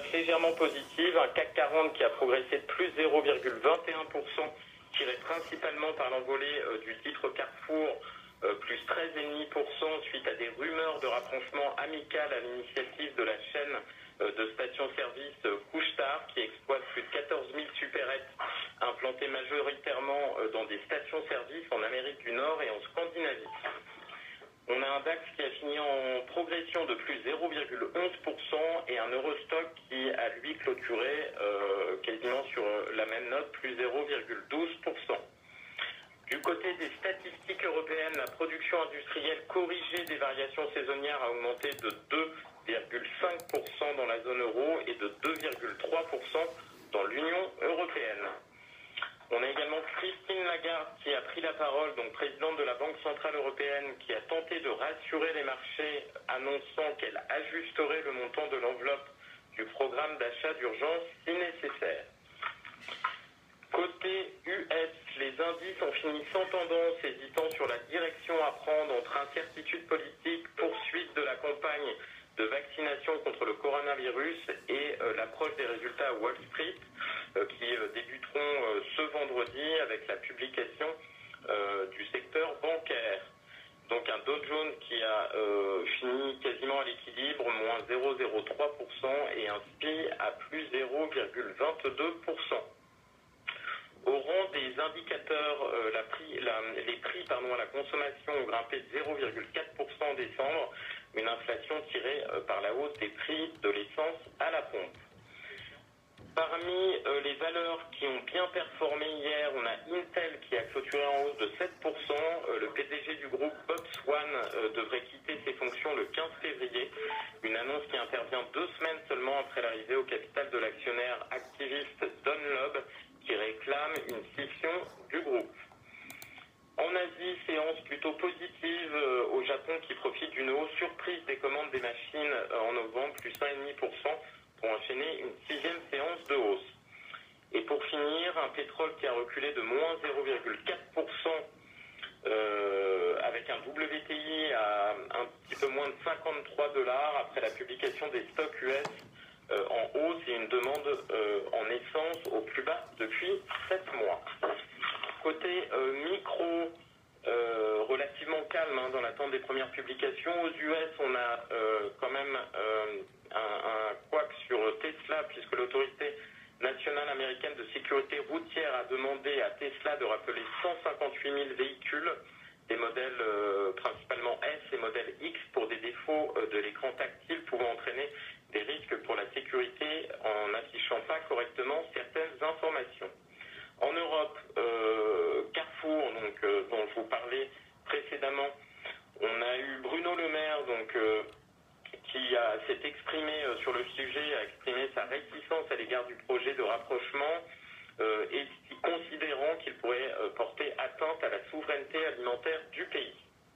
légèrement positives. Un CAC 40 qui a progressé de plus 0,21%, tiré principalement par l'envolée du titre Carrefour, plus 13,5% suite à des rumeurs de rapprochement amical à l'initiative de la chaîne de stations-service Couche-Tard qui exploite plus de 14 000 supérettes implantées majoritairement dans des stations-service en Amérique du Nord et en Scandinavie. On a un DAX qui a fini en progression de plus 0,11% et un Eurostock qui a lui clôturé quasiment sur la même note, plus 0,12%. Du côté des statistiques européennes, la production industrielle corrigée des variations saisonnières a augmenté de 2,5% dans la zone euro et de 2,3% dans l'Union européenne. On a également Christine Lagarde qui a pris la parole, donc présidente de la Banque Centrale Européenne, qui a tenté de rassurer les marchés, annonçant qu'elle ajusterait le montant de l'enveloppe du programme d'achat d'urgence si nécessaire. Côté US, les indices ont fini sans tendance, hésitant sur la direction à prendre entre incertitude politique, poursuite de la campagne de vaccination contre le coronavirus et l'approche des résultats à Wall Street qui débuteront ce vendredi avec la publication du secteur bancaire. Donc un Dow Jones qui a fini quasiment à l'équilibre, moins 0,03% et un SPI à plus 0,22%. Au rang des indicateurs, les prix à la consommation ont grimpé de 0,4% en décembre, une inflation tirée par la hausse des prix de l'essence à la pompe. Parmi les valeurs qui ont bien performé hier, on a Intel qui a clôturé en hausse de 7%. Le PDG du groupe, Bob Swan, devrait quitter ses fonctions le 15 février. Une annonce qui intervient 2 semaines seulement après l'arrivée au capital de l'actionnaire activiste Don Loeb, qui réclame une scission du groupe. En Asie, séance plutôt positive au Japon qui profite d'une hausse surprise des commandes des machines en novembre, plus 1,5%, pour enchaîner une 6e séance de hausse. Et pour finir, un pétrole qui a reculé de moins 0,4%, avec un WTI à un petit peu moins de 53 $ après la publication des stocks US en hausse et une demande en essence au plus bas depuis 7 mois. Côté micro, relativement calme dans l'attente des premières publications. Aux US, on a quand même un couac sur Tesla, puisque l'autorité nationale américaine de sécurité routière a demandé à Tesla de rappeler 158 000 véhicules, des modèles principalement S et modèle X, pour des défauts de l'écran tactile pouvant entraîner des risques pour la sécurité en n'affichant pas correctement certaines informations. En Europe, Carrefour, dont je vous parlais précédemment, on a eu Bruno Le Maire, qui s'est exprimé sur le sujet, a exprimé sa réticence à l'égard du projet de rapprochement, et considérant qu'il pourrait porter atteinte à la souveraineté alimentaire du pays.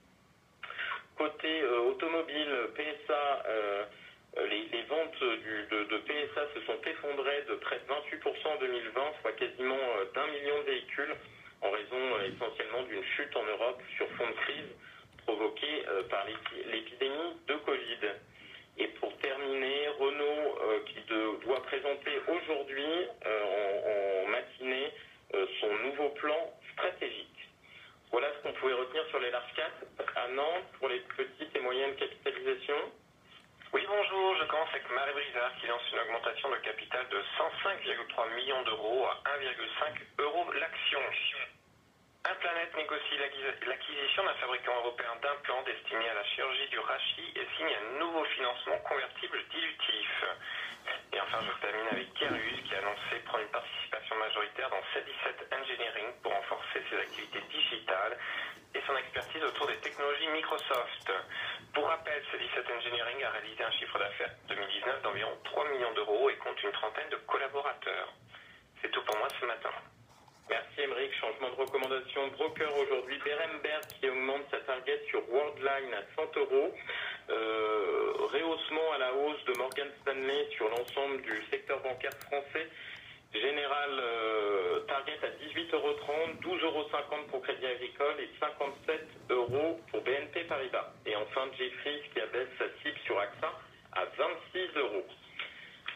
Côté automobile, PSA, les ventes de PSA se sont effondrées de près de 28% en 2020, soit quasiment d'1 million de véhicules, en raison essentiellement d'une chute en Europe sur fond de crise provoquée par l'épidémie de Covid. Et pour terminer, Renault qui doit présenter aujourd'hui en matinée son nouveau plan stratégique. Voilà ce qu'on pouvait retenir sur les large cap. À Nantes, pour les petites et moyennes capitalisations. Oui, bonjour, je commence avec Marie Brizard qui lance une augmentation de capital de 105,3 millions d'euros à 1,5 € l'action. Implanète négocie l'acquisition d'un fabricant européen d'implants destiné à la chirurgie du rachis et signe un nouveau financement convertible dilutif. Et enfin, je termine avec Kerius qui a annoncé prendre une participation majoritaire dans C17 Engineering pour renforcer ses activités digitales et son expertise autour des technologies Microsoft. Pour rappel, C17 Engineering a réalisé un chiffre d'affaires 2019 d'environ 3 millions d'euros et compte une trentaine de collaborateurs. C'est tout pour moi ce matin. Merci Émeric. Changement de recommandation. Broker aujourd'hui, Berenberg qui augmente sa target sur Worldline à 100 €. Rehaussement à la hausse de Morgan Stanley sur l'ensemble du secteur bancaire français. Général target à 18,30 €, 12,50 € pour Crédit Agricole et 57 € pour BNP Paribas. Et enfin Jefferies qui abaisse sa cible sur AXA à 26 €.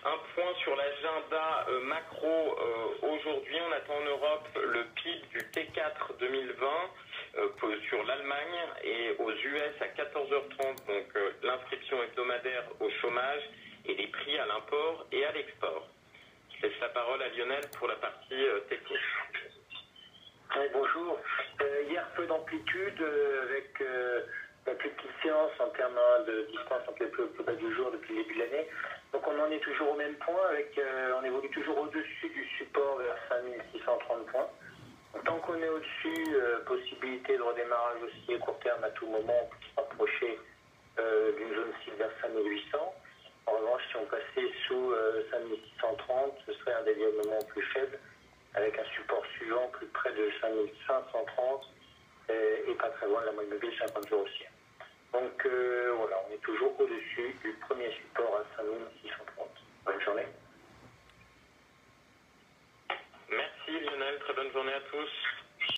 Un point sur l'agenda macro. Aujourd'hui, on attend en Europe le PIB du T4 2020 sur l'Allemagne et aux US à 14h30, donc l'inscription hebdomadaire au chômage et les prix à l'import et à l'export. Je laisse la parole à Lionel pour la partie technique. Oui, bonjour. Hier, peu d'amplitude avec la plus petite séance en termes de distance entre les plus bas du jour depuis le début de l'année. Donc on en est toujours au même point, on évolue toujours au-dessus du support vers 5630 points. Donc, tant qu'on est au-dessus, possibilité de redémarrage aussi à court terme à tout moment, on peut se rapprocher d'une zone cible vers 5800. En revanche, si on passait sous 5630, ce serait un déviement plus faible, avec un support suivant plus près de 5530 et pas très loin de la moyenne mobile 50 jours aussi. Donc voilà, on est toujours au-dessus du premier support à 5630. Bonne journée. Merci Lionel, très bonne journée à tous.